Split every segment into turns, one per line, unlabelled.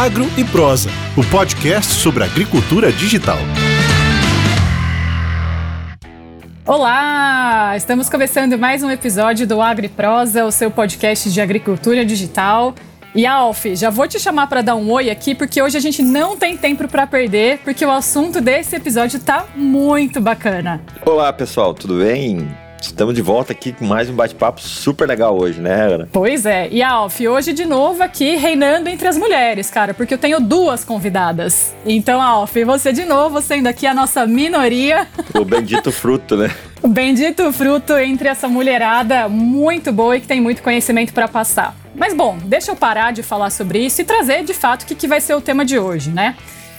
Agro e Prosa, o podcast sobre agricultura digital.
Olá! Estamos começando mais um episódio do Agro e Prosa, o seu podcast de agricultura digital. E Alf, já vou te chamar para dar um oi aqui, porque hoje a gente não tem tempo para perder, porque o assunto desse episódio tá muito bacana.
Olá, pessoal, tudo bem? Estamos de volta aqui com mais um bate-papo super legal hoje, né, Ana?
Pois é. E Alf, hoje de novo aqui reinando entre as mulheres, cara, porque eu tenho duas convidadas. Então, Alf, você de novo sendo aqui a nossa minoria.
O bendito fruto, né?
O bendito fruto entre essa mulherada muito boa e que tem muito conhecimento para passar. Mas bom, deixa eu parar de falar sobre isso e trazer de fato o que vai ser o tema de hoje, né?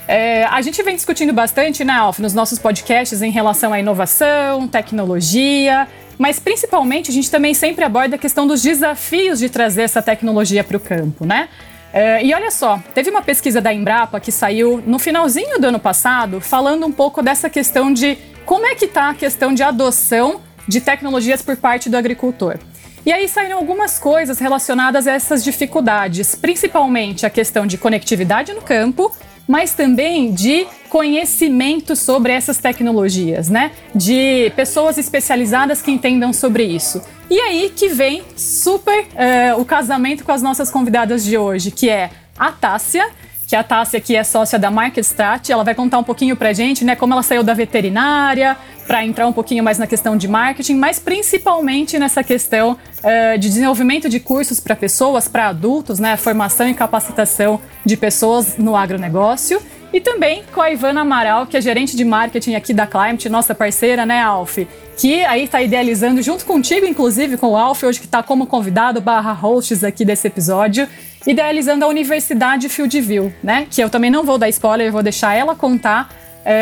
A gente vem discutindo bastante, né, Alf, nos nossos podcasts em relação à inovação, tecnologia, mas principalmente a gente também sempre aborda a questão dos desafios de trazer essa tecnologia para o campo, né? E olha só, teve uma pesquisa da Embrapa que saiu no finalzinho do ano passado falando um pouco dessa questão de como é que está a questão de adoção de tecnologias por parte do agricultor. E aí saíram algumas coisas relacionadas a essas dificuldades, principalmente a questão de conectividade no campo, mas também de conhecimento sobre essas tecnologias, né? De pessoas especializadas que entendam sobre isso. E aí que vem super o casamento com as nossas convidadas de hoje, que é a Tássia, que a Tássia aqui é sócia da MarketStrat. Ela vai contar um pouquinho pra gente, né, como ela saiu da veterinária, para entrar um pouquinho mais na questão de marketing, mas principalmente nessa questão de desenvolvimento de cursos para pessoas, para adultos, né, formação e capacitação de pessoas no agronegócio. E também com a Ivana Amaral, que é gerente de marketing aqui da Climate, nossa parceira, né, Alf? Que aí está idealizando, junto contigo, inclusive, com o Alf, hoje que está como convidado /hosts aqui desse episódio, idealizando a Universidade Fieldview, né? Que eu também não vou dar spoiler, eu vou deixar ela contar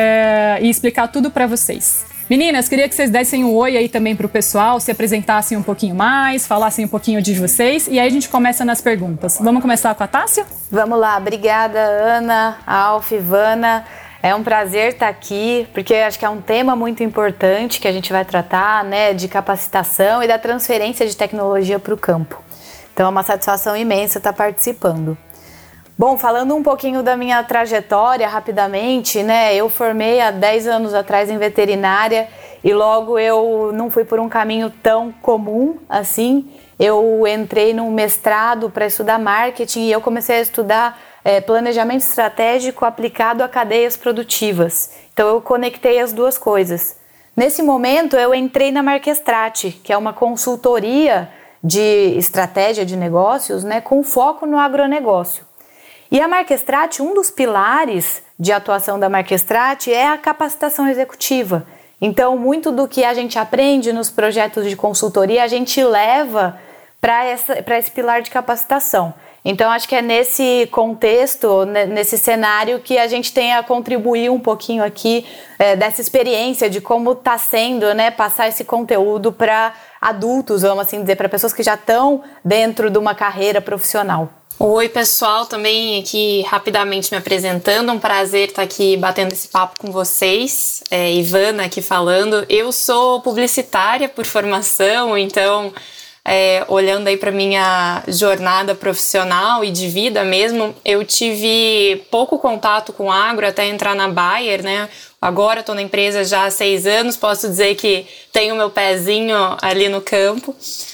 e explicar tudo para vocês. Meninas, queria que vocês dessem um oi aí também pro pessoal, se apresentassem um pouquinho mais, falassem um pouquinho de vocês, e aí a gente começa nas perguntas. Vamos começar com a Tássia?
Vamos lá, obrigada Ana, Alf, Ivana. É um prazer estar aqui, porque acho que é um tema muito importante que a gente vai tratar, né, de capacitação e da transferência de tecnologia para o campo. Então é uma satisfação imensa estar participando. Bom, falando um pouquinho da minha trajetória rapidamente, né, eu formei há 10 anos atrás em veterinária e logo eu não fui por um caminho tão comum assim. Eu entrei num mestrado para estudar marketing e eu comecei a estudar planejamento estratégico aplicado a cadeias produtivas. Então eu conectei as duas coisas. Nesse momento eu entrei na MarketStrat, que é uma consultoria de estratégia de negócios, né, com foco no agronegócio. E a MarketStrat, um dos pilares de atuação da MarketStrat é a capacitação executiva. Então, muito do que a gente aprende nos projetos de consultoria, a gente leva para esse pilar de capacitação. Então, acho que é nesse contexto, nesse cenário, que a gente tem a contribuir um pouquinho aqui dessa experiência de como está sendo, né, passar esse conteúdo para adultos, vamos assim dizer, para pessoas que já estão dentro de uma carreira profissional.
Oi pessoal, também aqui rapidamente me apresentando, um prazer estar aqui batendo esse papo com vocês, Ivana aqui falando. Eu sou publicitária por formação, então olhando aí para minha jornada profissional e de vida mesmo, eu tive pouco contato com agro até entrar na Bayer, né? Agora estou na empresa já há 6 anos, posso dizer que tenho meu pezinho ali no campo.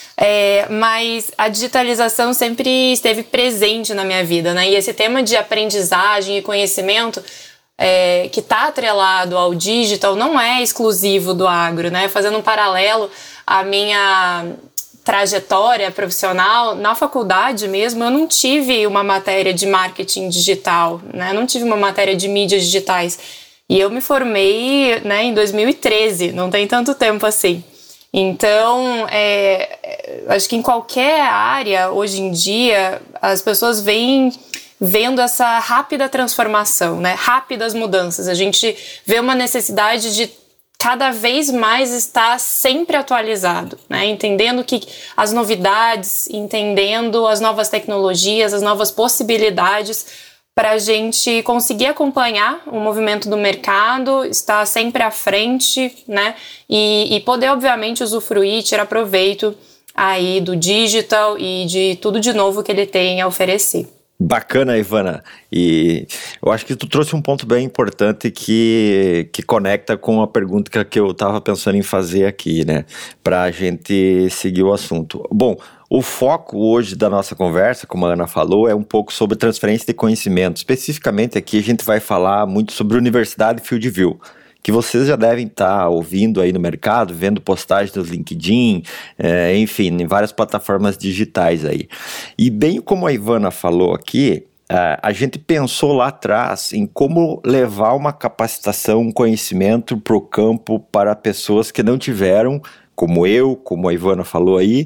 Mas a digitalização sempre esteve presente na minha vida, né? E esse tema de aprendizagem e conhecimento que está atrelado ao digital não é exclusivo do agro, né? Fazendo um paralelo à minha trajetória profissional, na faculdade mesmo, eu não tive uma matéria de marketing digital, né? Não tive uma matéria de mídias digitais. E eu me formei, né, em 2013, não tem tanto tempo assim. Então, acho que em qualquer área, hoje em dia, as pessoas vêm vendo essa rápida transformação, né? Rápidas mudanças. A gente vê uma necessidade de cada vez mais estar sempre atualizado, né? Entendendo que as novidades, entendendo as novas tecnologias, as novas possibilidades, para a gente conseguir acompanhar o movimento do mercado, estar sempre à frente, né? E poder, obviamente, usufruir, tirar proveito aí do digital e de tudo de novo que ele tem a oferecer.
Bacana, Ivana. E eu acho que tu trouxe um ponto bem importante que conecta com a pergunta que eu estava pensando em fazer aqui, né? Para a gente seguir o assunto. Bom, o foco hoje da nossa conversa, como a Ana falou, é um pouco sobre transferência de conhecimento. Especificamente aqui a gente vai falar muito sobre Universidade Fieldview, que vocês já devem estar ouvindo aí no mercado, vendo postagens no LinkedIn, enfim, em várias plataformas digitais aí. E bem como a Ivana falou aqui, a gente pensou lá atrás em como levar uma capacitação, um conhecimento para o campo para pessoas que não tiveram, como eu, como a Ivana falou aí,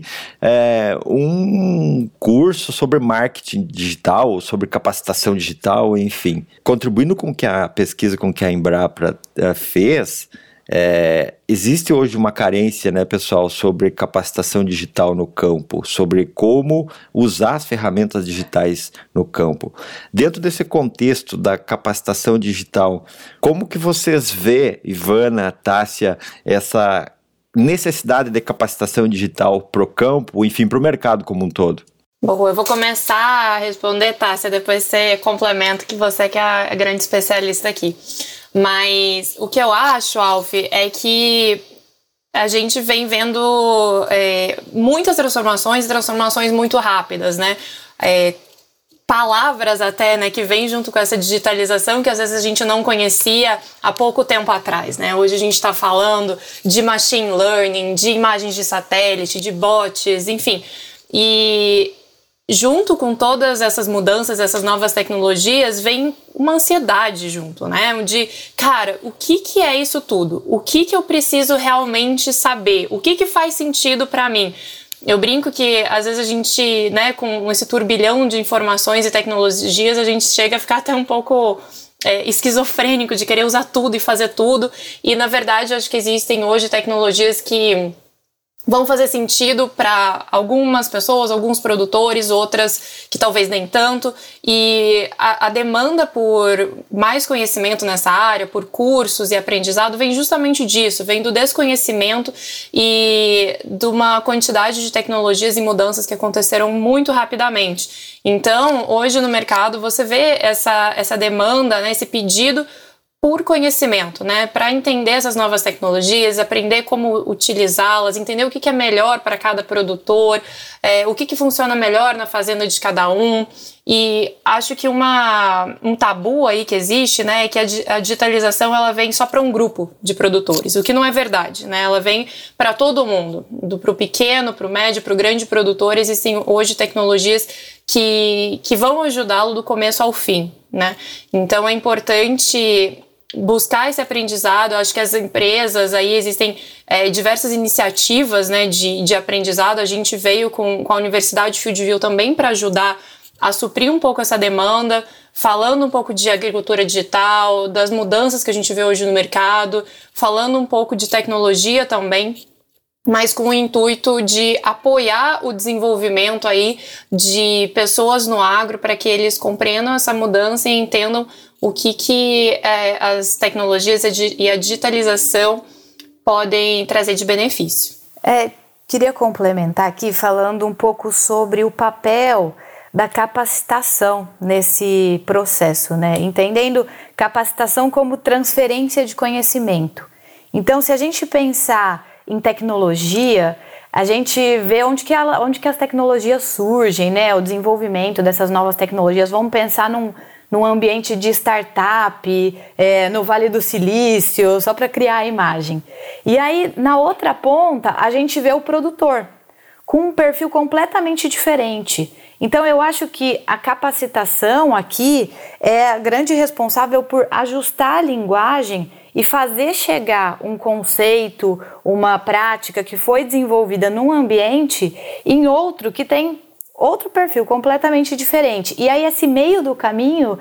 um curso sobre marketing digital, sobre capacitação digital, enfim. Contribuindo com que a pesquisa com que a Embrapa fez, existe hoje uma carência, né, pessoal, sobre capacitação digital no campo, sobre como usar as ferramentas digitais no campo. Dentro desse contexto da capacitação digital, como que vocês vê, Ivana, Tássia, essa necessidade de capacitação digital para o campo, enfim, para o mercado como um todo?
Bom, eu vou começar a responder, Tássia, depois você complementa, que você que é a grande especialista aqui. Mas o que eu acho, Alf, é que a gente vem vendo muitas transformações muito rápidas, né? Palavras até, né, que vem junto com essa digitalização que às vezes a gente não conhecia há pouco tempo atrás, né? Hoje a gente está falando de machine learning, de imagens de satélite, de bots, enfim. E junto com todas essas mudanças, essas novas tecnologias, vem uma ansiedade junto, né? De, cara, o que é isso tudo? O que eu preciso realmente saber? O que faz sentido para mim? Eu brinco que, às vezes, a gente, né, com esse turbilhão de informações e tecnologias, a gente chega a ficar até um pouco esquizofrênico de querer usar tudo e fazer tudo. E, na verdade, acho que existem hoje tecnologias que vão fazer sentido para algumas pessoas, alguns produtores, outras que talvez nem tanto. E a demanda por mais conhecimento nessa área, por cursos e aprendizado, vem justamente disso, vem do desconhecimento e de uma quantidade de tecnologias e mudanças que aconteceram muito rapidamente. Então, hoje no mercado, você vê essa demanda, né, esse pedido por conhecimento, né, para entender essas novas tecnologias, aprender como utilizá-las, entender o que é melhor para cada produtor, o que funciona melhor na fazenda de cada um. E acho que um tabu aí que existe, né, é que a digitalização ela vem só para um grupo de produtores, o que não é verdade, né? Ela vem para todo mundo, para o pequeno, para o médio, para o grande produtor. Existem hoje tecnologias que vão ajudá-lo do começo ao fim, né? Então é importante buscar esse aprendizado. Eu acho que as empresas, aí existem diversas iniciativas, né, de aprendizado. A gente veio com a Universidade Fieldview também para ajudar a suprir um pouco essa demanda, falando um pouco de agricultura digital, das mudanças que a gente vê hoje no mercado, falando um pouco de tecnologia também, mas com o intuito de apoiar o desenvolvimento aí de pessoas no agro para que eles compreendam essa mudança e entendam o que as tecnologias e a digitalização podem trazer de benefício.
Queria complementar aqui falando um pouco sobre o papel da capacitação nesse processo, né? Entendendo capacitação como transferência de conhecimento. Então, se a gente pensar em tecnologia, a gente vê onde que as tecnologias surgem, né? O desenvolvimento dessas novas tecnologias. Vamos pensar num ambiente de startup, no Vale do Silício, só para criar a imagem. E aí, na outra ponta, a gente vê o produtor, com um perfil completamente diferente. Então, eu acho que a capacitação aqui é a grande responsável por ajustar a linguagem e fazer chegar um conceito, uma prática que foi desenvolvida num ambiente em outro que tem outro perfil completamente diferente. E aí esse meio do caminho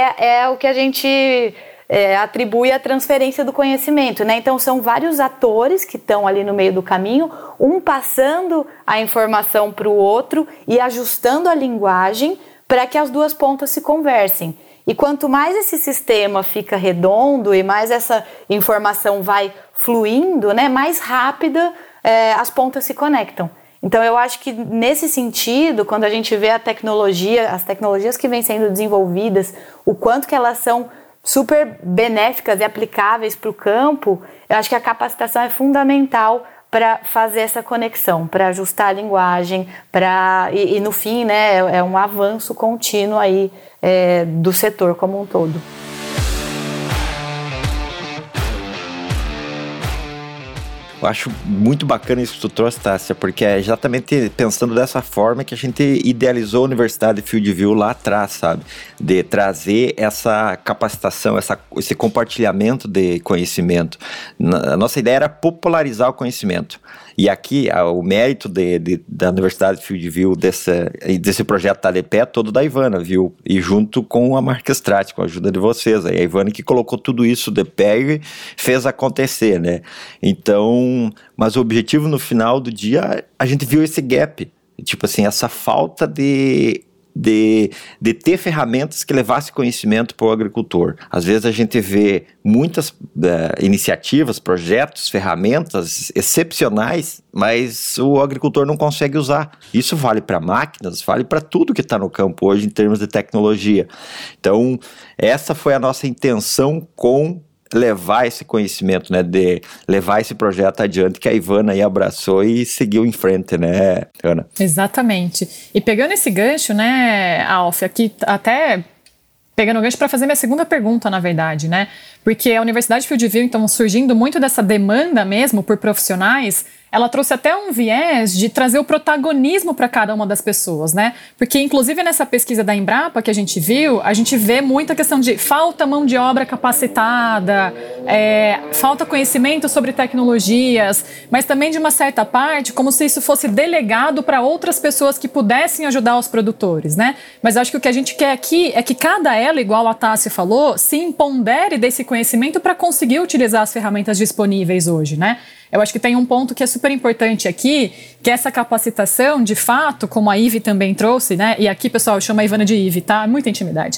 é o que a gente atribui à transferência do conhecimento, né? Então são vários atores que estão ali no meio do caminho, um passando a informação para o outro e ajustando a linguagem para que as duas pontas se conversem. E quanto mais esse sistema fica redondo e mais essa informação vai fluindo, né, mais rápida as pontas se conectam. Então eu acho que nesse sentido, quando a gente vê a tecnologia, as tecnologias que vêm sendo desenvolvidas, o quanto que elas são super benéficas e aplicáveis para o campo, eu acho que a capacitação é fundamental para fazer essa conexão, para ajustar a linguagem, e no fim, né, é um avanço contínuo aí do setor como um todo.
Eu acho muito bacana isso que tu trouxe, Tássia, porque é exatamente pensando dessa forma que a gente idealizou a Universidade Fieldview lá atrás, sabe? De trazer essa capacitação, esse compartilhamento de conhecimento. A nossa ideia era popularizar o conhecimento. E aqui, o mérito da Universidade Fieldview desse projeto tá de pé todo da Ivana, viu? E junto com a Marquestrate, com a ajuda de vocês. A Ivana que colocou tudo isso de pé e fez acontecer, né? Então, mas o objetivo no final do dia, a gente viu esse gap. Tipo assim, essa falta de ter ferramentas que levassem conhecimento para o agricultor. Às vezes a gente vê muitas iniciativas, projetos, ferramentas excepcionais, mas o agricultor não consegue usar. Isso vale para máquinas, vale para tudo que está no campo hoje em termos de tecnologia. Então, essa foi a nossa intenção com levar esse conhecimento, né, de levar esse projeto adiante, que a Ivana aí abraçou e seguiu em frente, né, Ana?
Exatamente. E pegando esse gancho, né, Alf, aqui até pegando o gancho para fazer minha segunda pergunta, na verdade, né, porque a Universidade Fieldview, então, surgindo muito dessa demanda mesmo por profissionais, ela trouxe até um viés de trazer o protagonismo para cada uma das pessoas, né? Porque, inclusive, nessa pesquisa da Embrapa que a gente viu, a gente vê muita questão de falta mão de obra capacitada, falta conhecimento sobre tecnologias, mas também, de uma certa parte, como se isso fosse delegado para outras pessoas que pudessem ajudar os produtores, né? Mas acho que o que a gente quer aqui é que cada elo, igual a Tássia falou, se empodere desse conhecimento para conseguir utilizar as ferramentas disponíveis hoje, né? Eu acho que tem um ponto que é super importante aqui, que é essa capacitação, de fato, como a Ive também trouxe, né? E aqui, pessoal, eu chamo a Ivana de Ive, tá? Muita intimidade.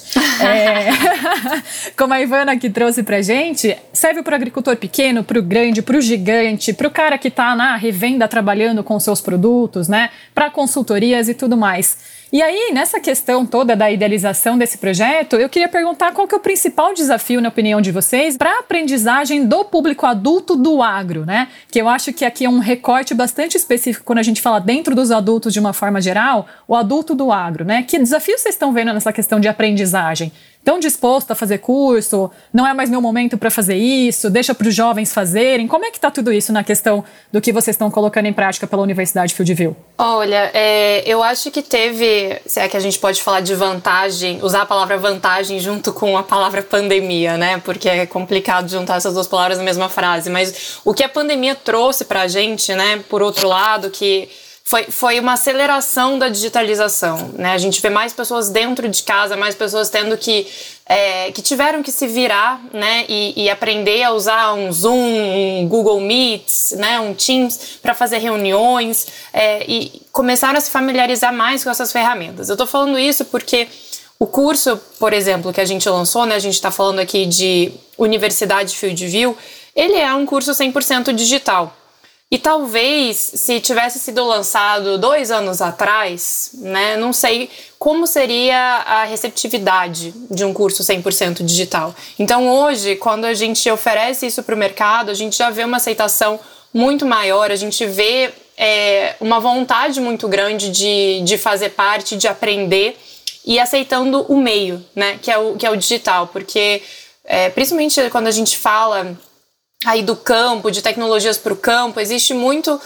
Como a Ivana aqui trouxe pra gente, serve para o agricultor pequeno, para o grande, para o gigante, para o cara que tá na revenda trabalhando com seus produtos, né? Para consultorias e tudo mais. E aí, nessa questão toda da idealização desse projeto, eu queria perguntar qual que é o principal desafio, na opinião de vocês, para a aprendizagem do público adulto do agro, né? Que eu acho que aqui é um recorte bastante específico quando a gente fala dentro dos adultos de uma forma geral, o adulto do agro, né? Que desafios vocês estão vendo nessa questão de aprendizagem? Estão dispostos a fazer curso? Não é mais meu momento para fazer isso? Deixa para os jovens fazerem? Como é que está tudo isso na questão do que vocês estão colocando em prática pela Universidade Fieldview?
Olha, eu acho que teve, se é que a gente pode falar de vantagem, usar a palavra vantagem junto com a palavra pandemia, né? Porque é complicado juntar essas duas palavras na mesma frase. Mas o que a pandemia trouxe para a gente, né? Por outro lado, que foi uma aceleração da digitalização, né? A gente vê mais pessoas dentro de casa, mais pessoas tendo que tiveram que se virar, né? E aprender a usar um Zoom, um Google Meets, né? Um Teams para fazer reuniões e começaram a se familiarizar mais com essas ferramentas. Eu tô falando isso porque o curso, por exemplo, que a gente lançou, né? A gente está falando aqui de Universidade Fieldview, ele é um curso 100% digital. E talvez, se tivesse sido lançado 2 anos atrás, né, não sei como seria a receptividade de um curso 100% digital. Então, hoje, quando a gente oferece isso para o mercado, a gente já vê uma aceitação muito maior, a gente vê uma vontade muito grande de fazer parte, de aprender e aceitando o meio, né, que é o digital. Porque, principalmente quando a gente fala aí do campo, de tecnologias para o campo, existe muito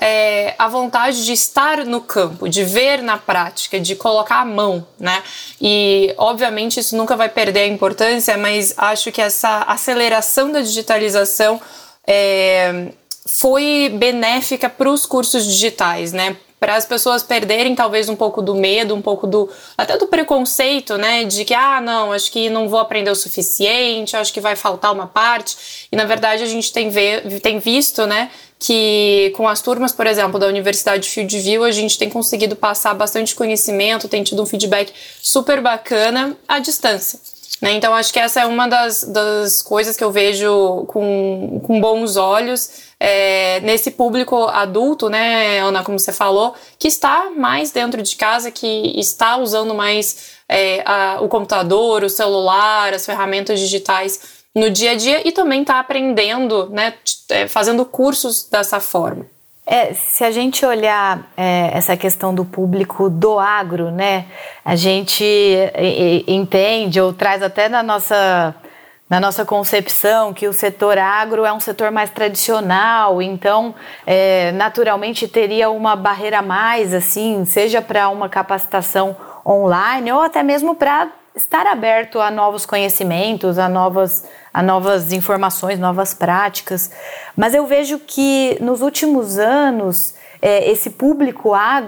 a vontade de estar no campo, de ver na prática, de colocar a mão, né? E, obviamente, isso nunca vai perder a importância, mas acho que essa aceleração da digitalização foi benéfica para os cursos digitais, né? Para as pessoas perderem talvez um pouco do medo, um pouco até do preconceito, né, de que, não, acho que não vou aprender o suficiente, acho que vai faltar uma parte, e na verdade a gente tem visto, né, que com as turmas, por exemplo, da Universidade Fieldview, a gente tem conseguido passar bastante conhecimento, tem tido um feedback super bacana à distância. Né? Então, acho que essa é uma das coisas que eu vejo com bons olhos nesse público adulto, né, Ana, como você falou, que está mais dentro de casa, que está usando mais o computador, o celular, as ferramentas digitais no dia a dia e também está aprendendo, né, fazendo cursos dessa forma.
Se a gente olhar essa questão do público do agro, né, a gente entende ou traz até na nossa concepção que o setor agro é um setor mais tradicional, então naturalmente teria uma barreira a mais, assim, seja para uma capacitação online ou até mesmo para estar aberto a novos conhecimentos, a novas informações, novas práticas. Mas eu vejo que nos últimos anos esse público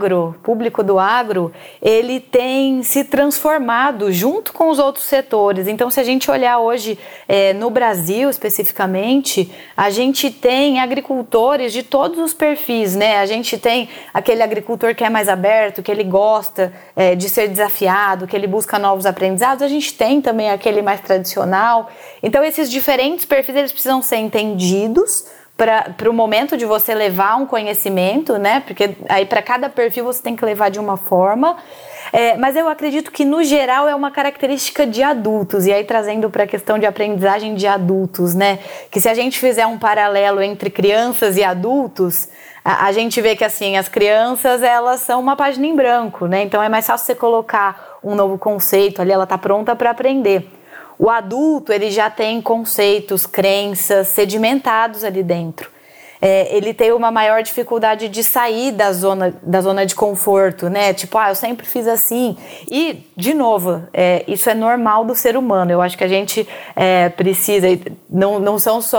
do agro, ele tem se transformado junto com os outros setores. Então, se a gente olhar hoje no Brasil especificamente, a gente tem agricultores de todos os perfis, né? A gente tem aquele agricultor que é mais aberto, que ele gosta de ser desafiado, que ele busca novos aprendizados. A gente tem também aquele mais tradicional. Então, esses diferentes perfis, eles precisam ser entendidos para o momento de você levar um conhecimento, né? Porque aí para cada perfil você tem que levar de uma forma. Mas eu acredito que no geral é uma característica de adultos, e aí trazendo para a questão de aprendizagem de adultos, né? Que se a gente fizer um paralelo entre crianças e adultos, a gente vê que assim, as crianças, elas são uma página em branco, né? Então é mais fácil você colocar um novo conceito ali, ela está pronta para aprender. O adulto, ele já tem conceitos, crenças sedimentados ali dentro. Ele tem uma maior dificuldade de sair da zona de conforto, né? Tipo, eu sempre fiz assim. E, de novo, isso é normal do ser humano. Eu acho que a gente precisa, não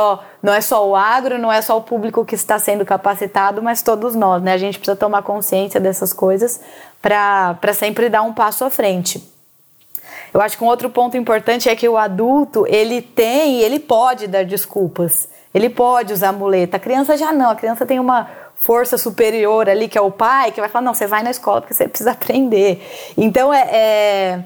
é só o agro, não é só o público que está sendo capacitado, mas todos nós, né? A gente precisa tomar consciência dessas coisas para sempre dar um passo à frente. Eu acho que um outro ponto importante é que o adulto, ele pode dar desculpas, ele pode usar muleta. A criança já não, a criança tem uma força superior ali, que é o pai, que vai falar, não, você vai na escola porque você precisa aprender. Então, é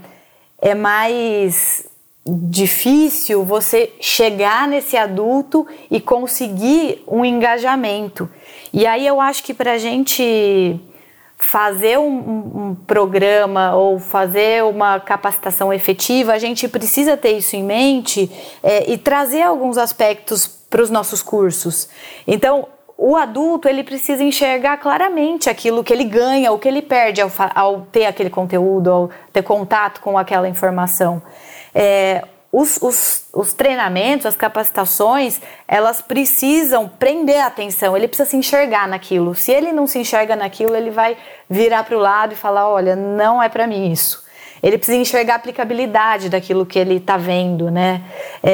mais difícil você chegar nesse adulto e conseguir um engajamento. E aí eu acho que para a gente fazer um programa ou fazer uma capacitação efetiva, a gente precisa ter isso em mente e trazer alguns aspectos para os nossos cursos. Então, o adulto, ele precisa enxergar claramente aquilo que ele ganha, o que ele perde ao ter aquele conteúdo, ao ter contato com aquela informação. Os treinamentos, as capacitações, elas precisam prender a atenção, ele precisa se enxergar naquilo. Se ele não se enxerga naquilo, ele vai virar para o lado e falar, olha, não é para mim isso. Ele precisa enxergar a aplicabilidade daquilo que ele está vendo, né?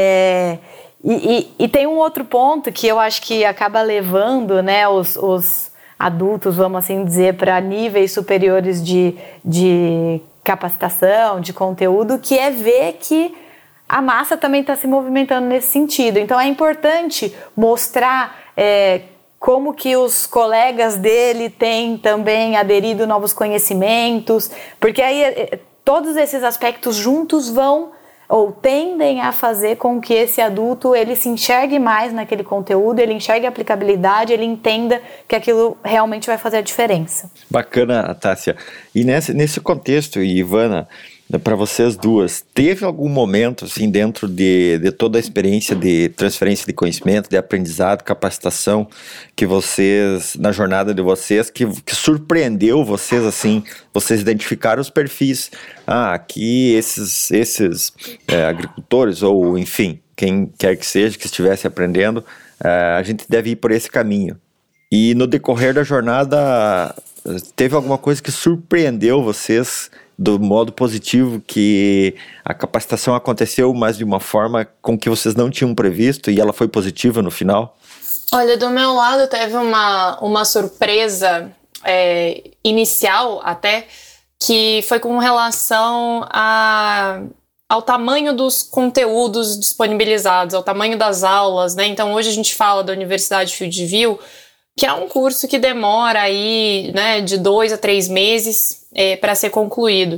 E tem um outro ponto que eu acho que acaba levando, né, os adultos, vamos assim dizer, para níveis superiores de capacitação, de conteúdo, que é ver que a massa também está se movimentando nesse sentido. Então é importante mostrar como que os colegas dele têm também aderido a novos conhecimentos, porque aí todos esses aspectos juntos vão ou tendem a fazer com que esse adulto ele se enxergue mais naquele conteúdo, ele enxergue a aplicabilidade, ele entenda que aquilo realmente vai fazer a diferença.
Bacana, Tássia. E nesse contexto, Ivana, para vocês duas, teve algum momento, assim, dentro de toda a experiência de transferência de conhecimento, de aprendizado, capacitação, que vocês, na jornada de vocês, que surpreendeu vocês, assim, vocês identificaram os perfis, aqui esses agricultores, ou enfim, quem quer que seja, que estivesse aprendendo, a gente deve ir por esse caminho. E no decorrer da jornada, teve alguma coisa que surpreendeu vocês do modo positivo, que a capacitação aconteceu, mas de uma forma com que vocês não tinham previsto e ela foi positiva no final?
Olha, do meu lado teve uma surpresa inicial até, que foi com relação ao tamanho dos conteúdos disponibilizados, ao tamanho das aulas, né? Então hoje a gente fala da Universidade Fieldview, que é um curso que demora aí, né, de 2 a 3 meses para ser concluído.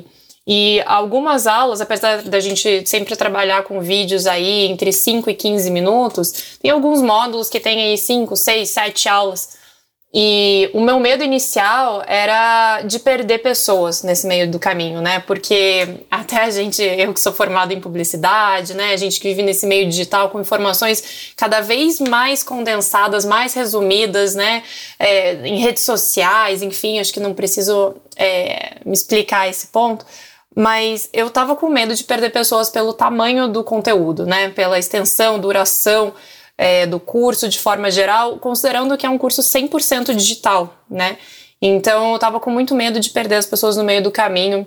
E algumas aulas, apesar da gente sempre trabalhar com vídeos aí entre 5 e 15 minutos, tem alguns módulos que tem aí 5, 6, 7 aulas. E o meu medo inicial era de perder pessoas nesse meio do caminho, né? Porque até a gente, eu que sou formada em publicidade, né? A gente que vive nesse meio digital com informações cada vez mais condensadas, mais resumidas, né? Em redes sociais, enfim, acho que não preciso me explicar esse ponto. Mas eu tava com medo de perder pessoas pelo tamanho do conteúdo, né? Pela extensão, duração do curso de forma geral, considerando que é um curso 100% digital, né? Então eu tava com muito medo de perder as pessoas no meio do caminho.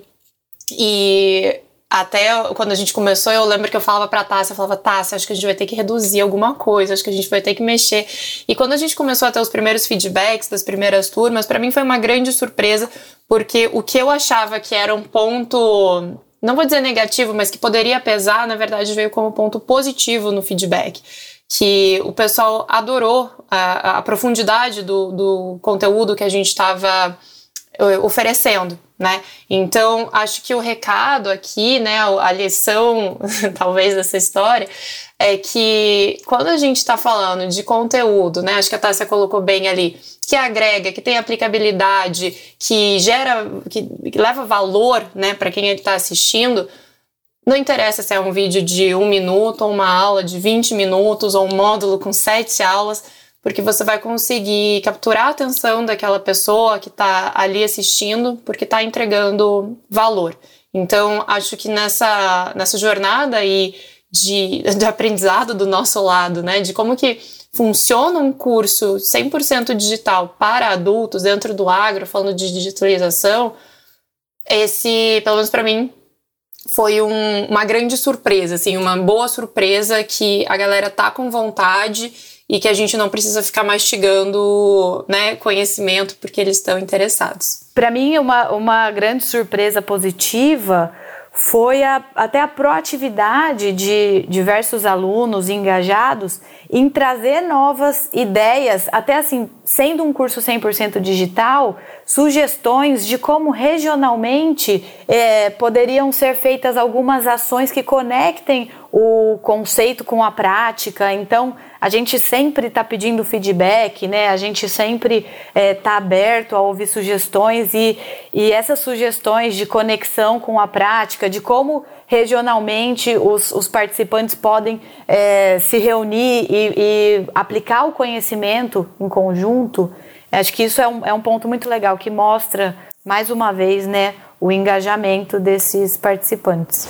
E até quando a gente começou, eu lembro que eu falava pra Tássia, Tássia, acho que a gente vai ter que reduzir alguma coisa, acho que a gente vai ter que mexer. E quando a gente começou a ter os primeiros feedbacks das primeiras turmas, pra mim foi uma grande surpresa, porque o que eu achava que era um ponto, não vou dizer negativo, mas que poderia pesar, na verdade veio como ponto positivo no feedback. Que o pessoal adorou a profundidade do conteúdo que a gente estava oferecendo, né? Então, acho que o recado aqui, né, a lição, talvez, dessa história, é que quando a gente está falando de conteúdo, né, acho que a Tássia colocou bem ali, que agrega, que tem aplicabilidade, que gera, que leva valor, né, para quem está assistindo. Não interessa se é um vídeo de 1 minuto, ou uma aula de 20 minutos, ou um módulo com 7 aulas, porque você vai conseguir capturar a atenção daquela pessoa que está ali assistindo, porque está entregando valor. Então, acho que nessa jornada aí de aprendizado do nosso lado, né, de como que funciona um curso 100% digital para adultos dentro do agro, falando de digitalização, esse, pelo menos para mim, foi uma grande surpresa, assim, uma boa surpresa que a galera tá com vontade e que a gente não precisa ficar mastigando, né, conhecimento porque eles estão interessados.
Para mim, uma grande surpresa positiva foi até a proatividade de diversos alunos engajados em trazer novas ideias, até assim, sendo um curso 100% digital, sugestões de como regionalmente poderiam ser feitas algumas ações que conectem o conceito com a prática. Então, a gente sempre está pedindo feedback, né? A gente sempre está aberto a ouvir sugestões e essas sugestões de conexão com a prática, de como regionalmente os participantes podem se reunir e aplicar o conhecimento em conjunto. Acho que isso é um ponto muito legal, que mostra, mais uma vez, né, o engajamento desses participantes.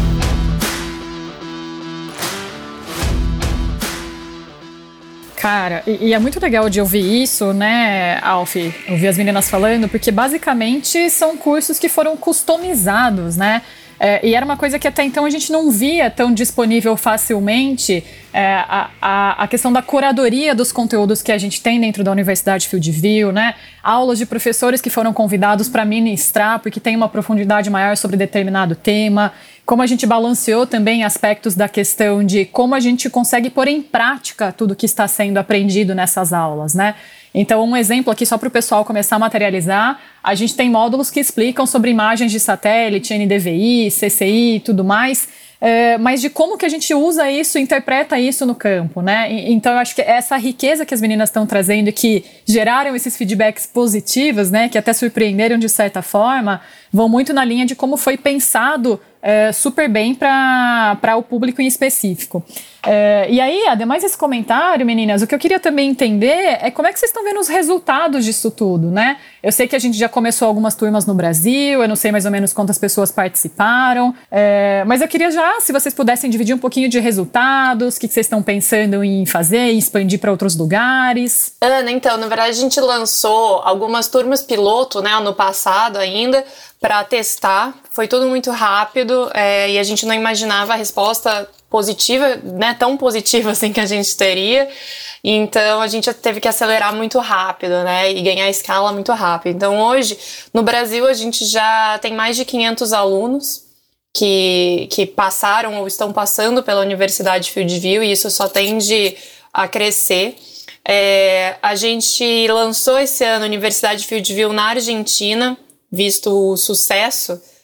Cara, e é muito legal de ouvir isso, né, Alf? Ouvir as meninas falando, porque basicamente são cursos que foram customizados, né? E era uma coisa que até então a gente não via tão disponível facilmente, a questão da curadoria dos conteúdos que a gente tem dentro da Universidade Fieldview, né? Aulas de professores que foram convidados para ministrar, porque tem uma profundidade maior sobre determinado tema, como a gente balanceou também aspectos da questão de como a gente consegue pôr em prática tudo que está sendo aprendido nessas aulas, né? Então, um exemplo aqui só para o pessoal começar a materializar, a gente tem módulos que explicam sobre imagens de satélite, NDVI, CCI e tudo mais, mas de como que a gente usa isso, interpreta isso no campo, né? Então, eu acho que essa riqueza que as meninas estão trazendo, que geraram esses feedbacks positivos, né, que até surpreenderam de certa forma, vão muito na linha de como foi pensado super bem para o público em específico. E aí, ademais desse comentário, meninas, o que eu queria também entender é como é que vocês estão vendo os resultados disso tudo, né? Eu sei que a gente já começou algumas turmas no Brasil, eu não sei mais ou menos quantas pessoas participaram, mas eu queria já, se vocês pudessem dividir um pouquinho de resultados, o que vocês estão pensando em fazer, em expandir para outros lugares.
Ana, então, na verdade a gente lançou algumas turmas piloto, né, ano passado ainda, para testar. Foi tudo muito rápido e a gente não imaginava a resposta positiva, né, tão positiva assim que a gente teria. Então a gente teve que acelerar muito rápido, né, e ganhar escala muito rápido. Então hoje, no Brasil, a gente já tem mais de 500 alunos que passaram ou estão passando pela Universidade Fieldview, e isso só tende a crescer. A gente lançou esse ano a Universidade Fieldview na Argentina, visto o sucesso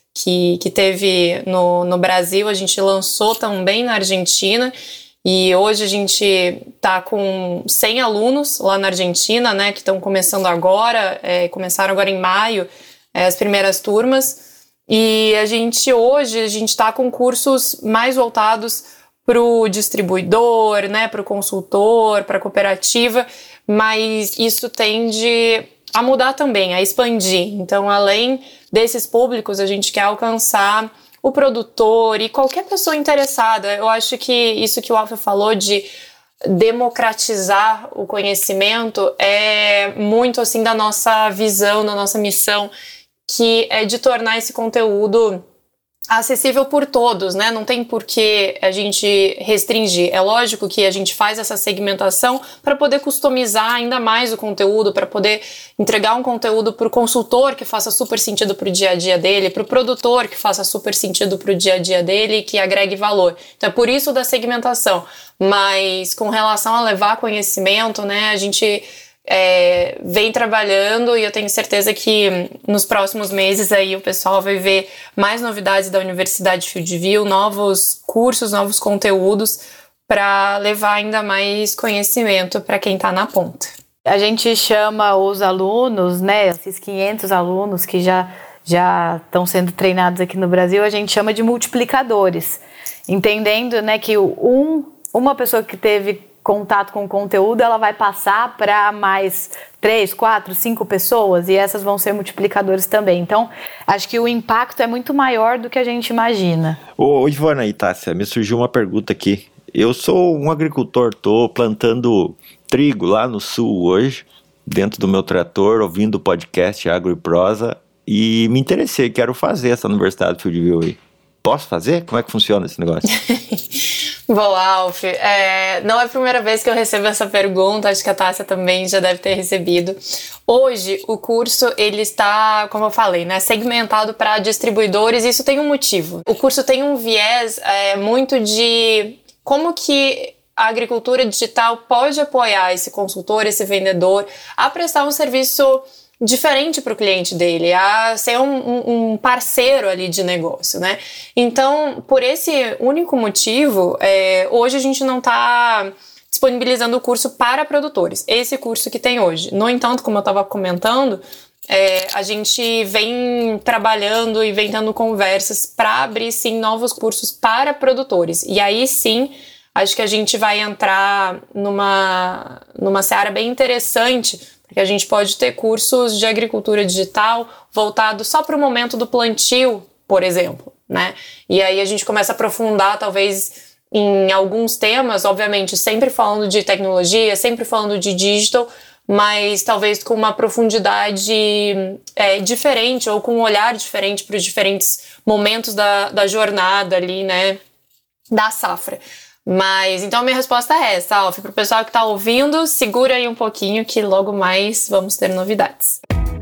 que teve no Brasil, a gente lançou também na Argentina. E hoje a gente está com 100 alunos lá na Argentina, né, que estão começando agora, começaram agora em maio as primeiras turmas. E hoje a gente está com cursos mais voltados para o distribuidor, né, para o consultor, para a cooperativa, mas isso tende a mudar também, a expandir. Então, além desses públicos, a gente quer alcançar o produtor e qualquer pessoa interessada. Eu acho que isso que o Alf falou de democratizar o conhecimento é muito assim da nossa visão, da nossa missão, que é de tornar esse conteúdo acessível por todos, né? Não tem por que a gente restringir. É lógico que a gente faz essa segmentação para poder customizar ainda mais o conteúdo, para poder entregar um conteúdo para o consultor que faça super sentido para o dia a dia dele, para o produtor que faça super sentido para o dia a dia dele e que agregue valor. Então é por isso da segmentação. Mas com relação a levar conhecimento, né? A gente vem trabalhando e eu tenho certeza que nos próximos meses aí o pessoal vai ver mais novidades da Universidade Fieldview, novos cursos, novos conteúdos para levar ainda mais conhecimento para quem está na ponta.
A gente chama os alunos, né, esses 500 alunos que já estão sendo treinados aqui no Brasil, a gente chama de multiplicadores, entendendo, né, que uma pessoa que teve contato com o conteúdo, ela vai passar para mais 3, 4, 5 pessoas e essas vão ser multiplicadores também. Então, acho que o impacto é muito maior do que a gente imagina.
Ô Ivana e Tássia, me surgiu uma pergunta aqui. Eu sou um agricultor, estou plantando trigo lá no sul hoje, dentro do meu trator, ouvindo o podcast Agro e Prosa, e me interessei, quero fazer essa Universidade Fieldview aí. Posso fazer? Como é que funciona esse negócio?
Bom, Alf, não é a primeira vez que eu recebo essa pergunta, acho que a Tássia também já deve ter recebido. Hoje, o curso, ele está, como eu falei, né, segmentado para distribuidores, e isso tem um motivo. O curso tem um viés muito de como que a agricultura digital pode apoiar esse consultor, esse vendedor, a prestar um serviço diferente para o cliente dele, a ser um parceiro ali de negócio, né? Então, por esse único motivo, hoje a gente não está disponibilizando o curso para produtores, esse curso que tem hoje. No entanto, como eu estava comentando, a gente vem trabalhando e vem tendo conversas para abrir, sim, novos cursos para produtores. E aí, sim, acho que a gente vai entrar numa seara bem interessante, porque a gente pode ter cursos de agricultura digital voltados só para o momento do plantio, por exemplo, né? E aí a gente começa a aprofundar, talvez, em alguns temas, obviamente, sempre falando de tecnologia, sempre falando de digital, mas talvez com uma profundidade diferente ou com um olhar diferente para os diferentes momentos da jornada ali, né, da safra. Mas, então, minha resposta é essa, Alf. Para o pessoal que está ouvindo, segura aí um pouquinho que logo mais vamos ter novidades.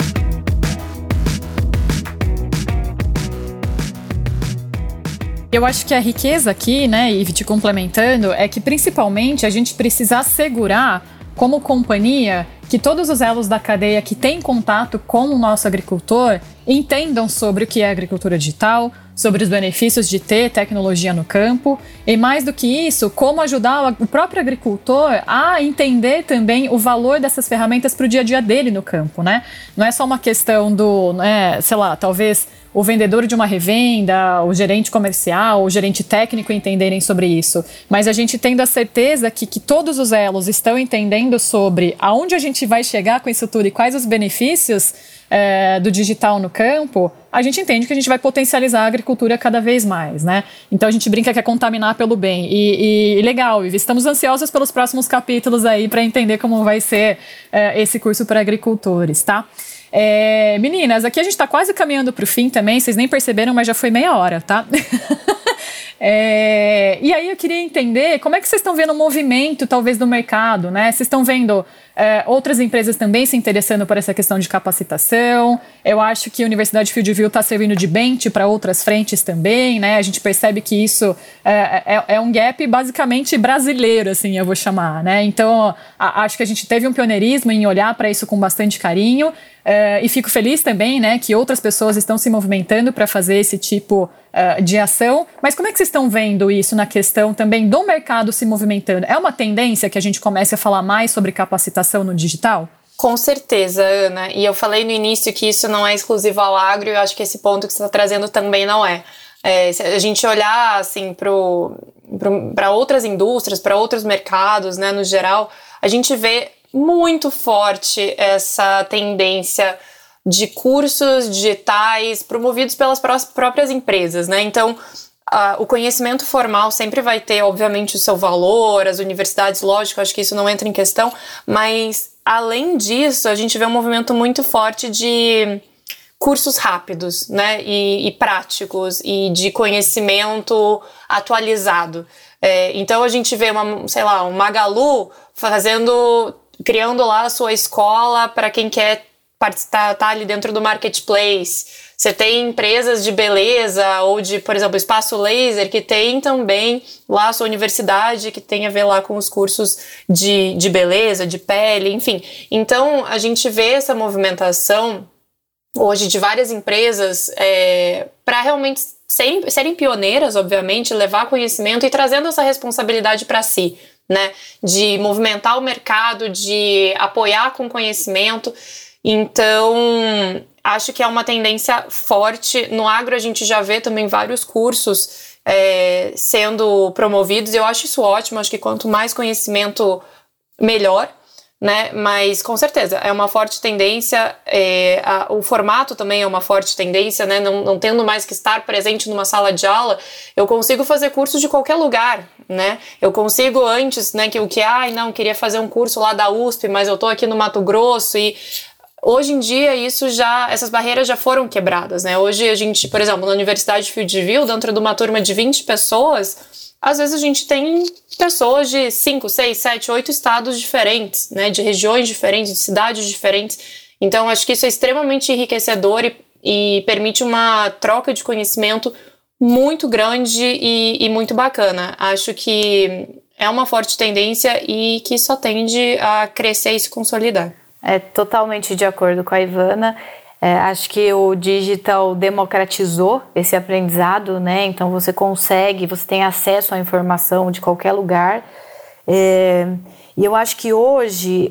Eu acho que a riqueza aqui, né, e te complementando, é que principalmente a gente precisa assegurar, como companhia, que todos os elos da cadeia que têm contato com o nosso agricultor entendam sobre o que é agricultura digital, sobre os benefícios de ter tecnologia no campo e, mais do que isso, como ajudar o próprio agricultor a entender também o valor dessas ferramentas para o dia a dia dele no campo, né? Não é só uma questão do, sei lá, talvez o vendedor de uma revenda, o gerente comercial, o gerente técnico entenderem sobre isso, mas a gente tendo a certeza que todos os elos estão entendendo sobre aonde a gente vai chegar com isso tudo e quais os benefícios do digital no campo, a gente entende que a gente vai potencializar a agricultura cada vez mais, né? Então a gente brinca que é contaminar pelo bem. E legal, Ivi, estamos ansiosos pelos próximos capítulos aí para entender como vai ser esse curso para agricultores, tá? Meninas, aqui a gente está quase caminhando para o fim também, vocês nem perceberam, mas já foi meia hora, tá? E aí eu queria entender como é que vocês estão vendo o movimento, talvez, do mercado, né? Vocês estão vendo outras empresas também se interessando por essa questão de capacitação. Eu acho que a Universidade Fieldview está servindo de bench para outras frentes também, né? A gente percebe que isso é um gap basicamente brasileiro, assim, eu vou chamar, né? Então, acho que a gente teve um pioneirismo em olhar para isso com bastante carinho. E fico feliz também, né, que outras pessoas estão se movimentando para fazer esse tipo de ação. Mas como é que vocês estão vendo isso na questão também do mercado se movimentando? É uma tendência que a gente comece a falar mais sobre capacitação no digital?
Com certeza, Ana. E eu falei no início que isso não é exclusivo ao agro, e eu acho que esse ponto que você está trazendo também não é. Se a gente olhar assim, para outras indústrias, para outros mercados, né, no geral, a gente vê muito forte essa tendência de cursos digitais promovidos pelas próprias empresas, né? Então, o conhecimento formal sempre vai ter, obviamente, o seu valor, as universidades, lógico, acho que isso não entra em questão, mas, além disso, a gente vê um movimento muito forte de cursos rápidos, né? E práticos, e de conhecimento atualizado. Então, a gente vê um Magalu criando lá a sua escola para quem quer tá ali dentro do marketplace. Você tem empresas de beleza ou de, por exemplo, Espaço Laser, que tem também lá a sua universidade, que tem a ver lá com os cursos de beleza, de pele, enfim. Então, a gente vê essa movimentação hoje de várias empresas para realmente serem pioneiras, obviamente, levar conhecimento e trazendo essa responsabilidade para si, né, de movimentar o mercado, de apoiar com conhecimento. Então, acho que é uma tendência forte. No agro a gente já vê também vários cursos sendo promovidos, eu acho isso ótimo, acho que quanto mais conhecimento, melhor, né? Mas com certeza é uma forte tendência, o formato também é uma forte tendência, né? Não tendo mais que estar presente numa sala de aula, eu consigo fazer cursos de qualquer lugar, né? Eu consigo antes, né, queria fazer um curso lá da USP, mas eu tô aqui no Mato Grosso, e hoje em dia essas barreiras já foram quebradas, né? Hoje a gente, por exemplo, na Universidade Fieldview, dentro de uma turma de 20 pessoas, às vezes a gente tem pessoas de 5, 6, 7, 8 estados diferentes, né? De regiões diferentes, de cidades diferentes. Então, acho que isso é extremamente enriquecedor e permite uma troca de conhecimento muito grande e muito bacana. Acho que é uma forte tendência e que só tende a crescer e se consolidar.
Totalmente de acordo com a Ivana. Acho que o digital democratizou esse aprendizado, né? Então você tem acesso à informação de qualquer lugar. E eu acho que hoje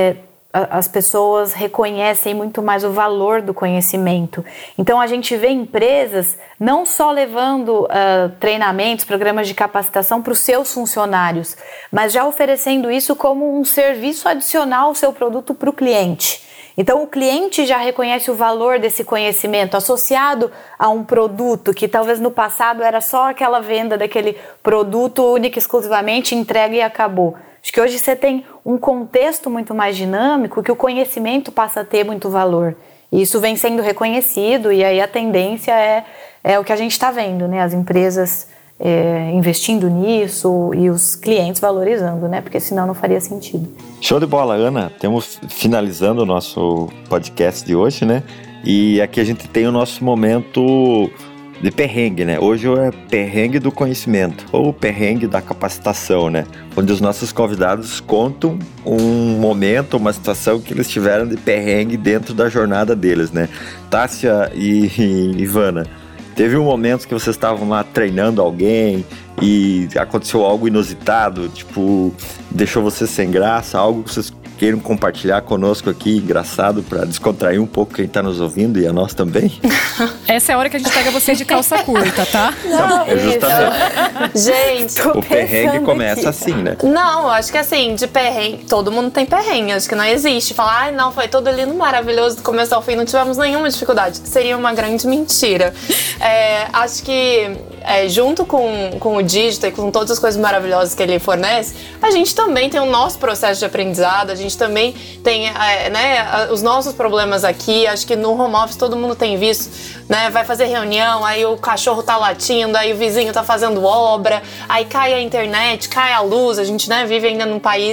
as pessoas reconhecem muito mais o valor do conhecimento. Então a gente vê empresas não só levando treinamentos, programas de capacitação para os seus funcionários, mas já oferecendo isso como um serviço adicional ao seu produto para o cliente. Então o cliente já reconhece o valor desse conhecimento associado a um produto que talvez no passado era só aquela venda daquele produto única e exclusivamente, entrega e acabou. Acho que hoje você tem um contexto muito mais dinâmico que o conhecimento passa a ter muito valor. E isso vem sendo reconhecido, e aí a tendência é o que a gente está vendo, né? As empresas investindo nisso e os clientes valorizando, né? Porque senão não faria sentido.
Show de bola, Ana. Estamos finalizando o nosso podcast de hoje, né? E aqui a gente tem o nosso momento de perrengue, né? Hoje é perrengue do conhecimento, ou perrengue da capacitação, né? Onde os nossos convidados contam um momento, uma situação que eles tiveram de perrengue dentro da jornada deles, né? Tássia e Ivana, teve um momento que vocês estavam lá treinando alguém e aconteceu algo inusitado, tipo, deixou vocês sem graça, algo que vocês queiram compartilhar conosco aqui, engraçado, para descontrair um pouco quem está nos ouvindo e a nós também?
Essa é a hora que a gente pega vocês de calça curta, tá?
Não,
justamente.
Gente,
o perrengue começa assim, né?
Não, acho que assim, de perrengue, todo mundo tem perrengue, acho que não existe. Falar, não, foi todo lindo, maravilhoso, do começo ao fim, não tivemos nenhuma dificuldade. Seria uma grande mentira. Acho que junto com o digital e com todas as coisas maravilhosas que ele fornece, a gente também tem o nosso processo de aprendizado, a gente também tem os nossos problemas aqui. Acho que no home office todo mundo tem visto, né? Vai fazer reunião, aí o cachorro tá latindo, aí o vizinho tá fazendo obra, aí cai a internet, cai a luz, a gente, né, vive ainda num país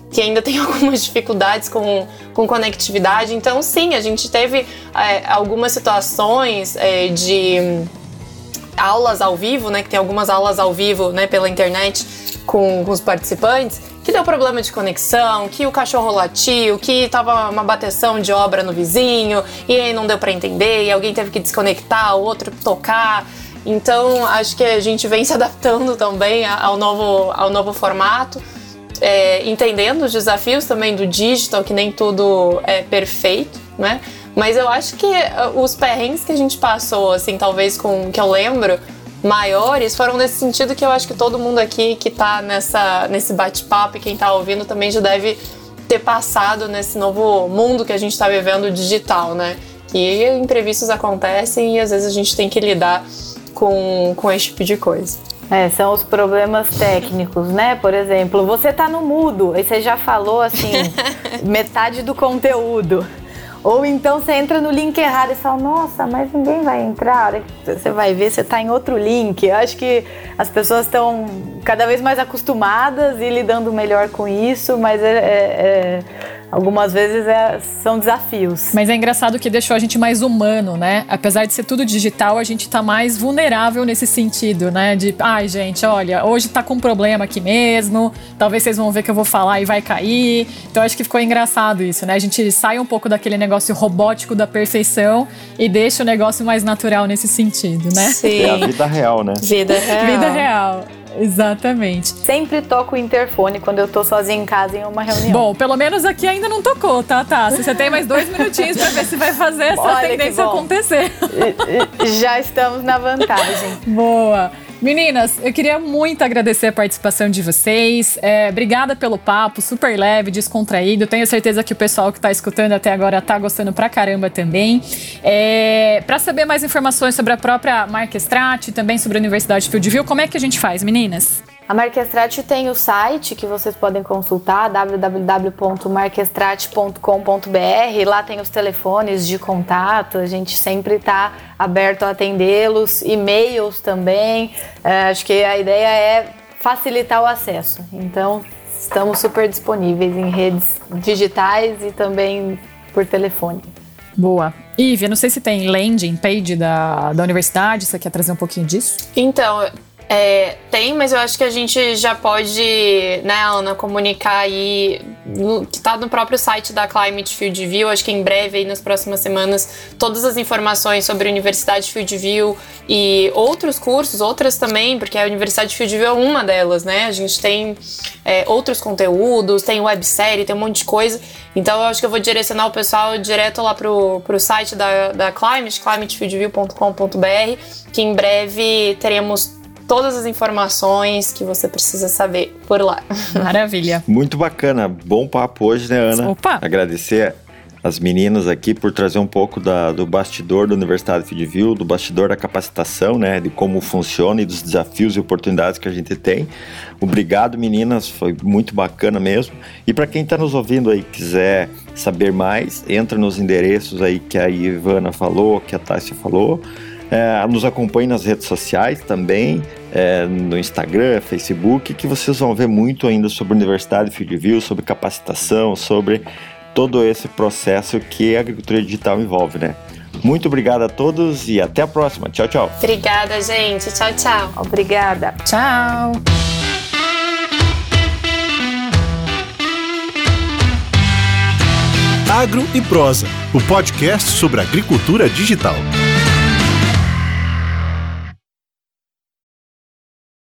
que ainda tem algumas dificuldades com conectividade. Então, sim, a gente teve algumas situações de aulas ao vivo, né, que tem algumas aulas ao vivo, né, pela internet com os participantes, que deu problema de conexão, que o cachorro latiu, que tava uma bateção de obra no vizinho, e aí não deu para entender, e alguém teve que desconectar, o outro tocar. Então, acho que a gente vem se adaptando também ao novo formato, entendendo os desafios também do digital, que nem tudo é perfeito, né? Mas eu acho que os perrengues que a gente passou, assim, talvez que eu lembro, maiores, foram nesse sentido que eu acho que todo mundo aqui que tá nesse bate-papo e quem tá ouvindo também já deve ter passado nesse novo mundo que a gente tá vivendo digital, né? Que imprevistos acontecem e às vezes a gente tem que lidar com esse tipo de coisa.
São os problemas técnicos, né? Por exemplo, você tá no mudo, aí você já falou, assim, metade do conteúdo. Ou então você entra no link errado e fala, nossa, mas ninguém vai entrar. Você vai ver, você está em outro link. Eu acho que as pessoas estão cada vez mais acostumadas e lidando melhor com isso, mas algumas vezes são desafios.
Mas é engraçado que deixou a gente mais humano, né? Apesar de ser tudo digital, a gente tá mais vulnerável nesse sentido, né? De, gente, olha, hoje tá com um problema aqui mesmo, talvez vocês vão ver que eu vou falar e vai cair. Então acho que ficou engraçado isso, né? A gente sai um pouco daquele negócio robótico da perfeição e deixa o negócio mais natural nesse sentido, né?
Sim.
É a vida real, né?
Vida real.
Vida real. Exatamente.
Sempre toco o interfone quando eu tô sozinha em casa em uma reunião.
Bom, pelo menos aqui ainda não tocou, tá? Se você tem mais 2 minutinhos pra ver se vai fazer essa tendência acontecer.
Já estamos na vantagem.
Boa. Meninas, eu queria muito agradecer a participação de vocês. Obrigada pelo papo, super leve, descontraído. Tenho certeza que o pessoal que está escutando até agora está gostando pra caramba também. Para saber mais informações sobre a própria Marquestrate e também sobre a Universidade de Fieldview, como é que a gente faz, meninas?
A Marquestrate tem o site que vocês podem consultar, www.marquestrate.com.br. Lá tem os telefones de contato, a gente sempre está aberto a atendê-los, e-mails também. Acho que a ideia é facilitar o acesso. Então, estamos super disponíveis em redes digitais e também por telefone.
Boa. Ivy, não sei se tem landing page da universidade, você quer trazer um pouquinho disso?
Então, tem, mas eu acho que a gente já pode, né, Ana, comunicar aí, que tá no próprio site da Climate Fieldview. Acho que em breve, aí nas próximas semanas, todas as informações sobre a Universidade de Fieldview e outros cursos, outras também, porque a Universidade de Fieldview é uma delas, né? A gente tem outros conteúdos, tem websérie, tem um monte de coisa. Então eu acho que eu vou direcionar o pessoal direto lá pro site da Climate, climatefieldview.com.br, que em breve teremos todas as informações que você precisa saber por lá.
Maravilha.
Muito bacana. Bom papo hoje, né, Ana?
Opa!
Agradecer as meninas aqui por trazer um pouco do bastidor da Universidade de Fieldview, do bastidor da capacitação, né, de como funciona e dos desafios e oportunidades que a gente tem. Obrigado, meninas, foi muito bacana mesmo. E para quem está nos ouvindo aí, quiser saber mais, entra nos endereços aí que a Ivana falou, que a Tássia falou. Nos acompanhe nas redes sociais também, no Instagram, Facebook, que vocês vão ver muito ainda sobre a Universidade de Fieldview, sobre capacitação, sobre todo esse processo que a agricultura digital envolve, né? Muito obrigado a todos e até a próxima. Tchau, tchau.
Obrigada, gente. Tchau, tchau.
Obrigada.
Tchau.
Agro e Prosa, o podcast sobre agricultura digital.